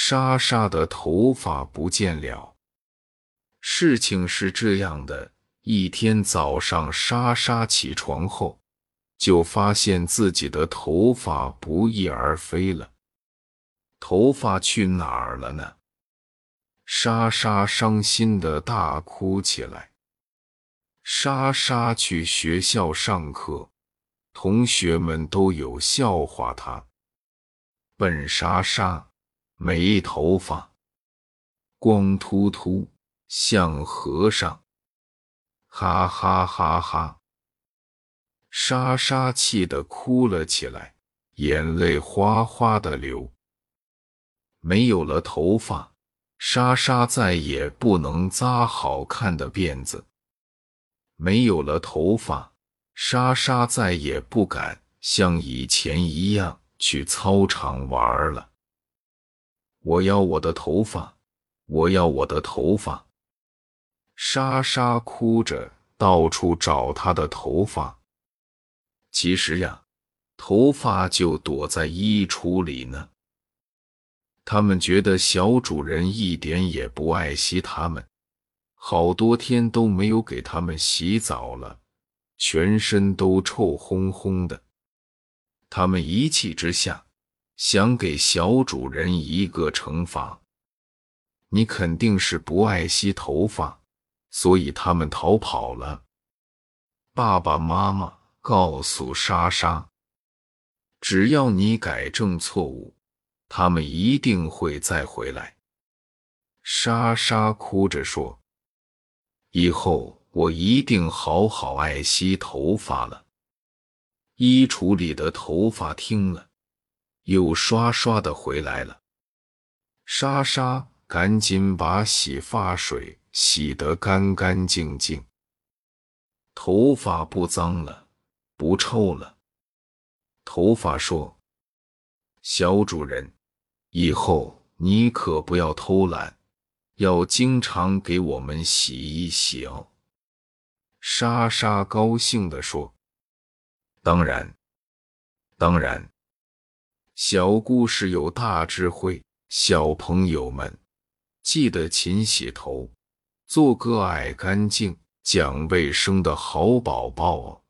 莎莎的头发不见了。事情是这样的，一天早上，莎莎起床后，就发现自己的头发不翼而飞了。头发去哪儿了呢？莎莎伤心地大哭起来。莎莎去学校上课，同学们都有笑话她。笨莎莎，没头发，光秃秃，像和尚。哈哈哈哈！莎莎气得哭了起来，眼泪哗哗地流。没有了头发，莎莎再也不能扎好看的辫子。没有了头发，莎莎再也不敢像以前一样去操场玩了。我要我的头发，我要我的头发！莎莎哭着到处找她的头发。其实呀，头发就躲在衣橱里呢。他们觉得小主人一点也不爱惜它们，好多天都没有给它们洗澡了，全身都臭烘烘的。他们一气之下，想给小主人一个惩罚。你肯定是不爱惜头发，所以他们逃跑了。爸爸妈妈告诉莎莎，只要你改正错误，他们一定会再回来。莎莎哭着说，以后我一定好好爱惜头发了。衣橱里的头发听了，又刷刷地回来了。莎莎赶紧把洗发水洗得干干净净。头发不脏了，不臭了。头发说，小主人，以后你可不要偷懒，要经常给我们洗一洗哦。莎莎高兴地说，当然，当然。小故事有大智慧，小朋友们，记得勤洗头，做个爱干净、讲卫生的好宝宝哦。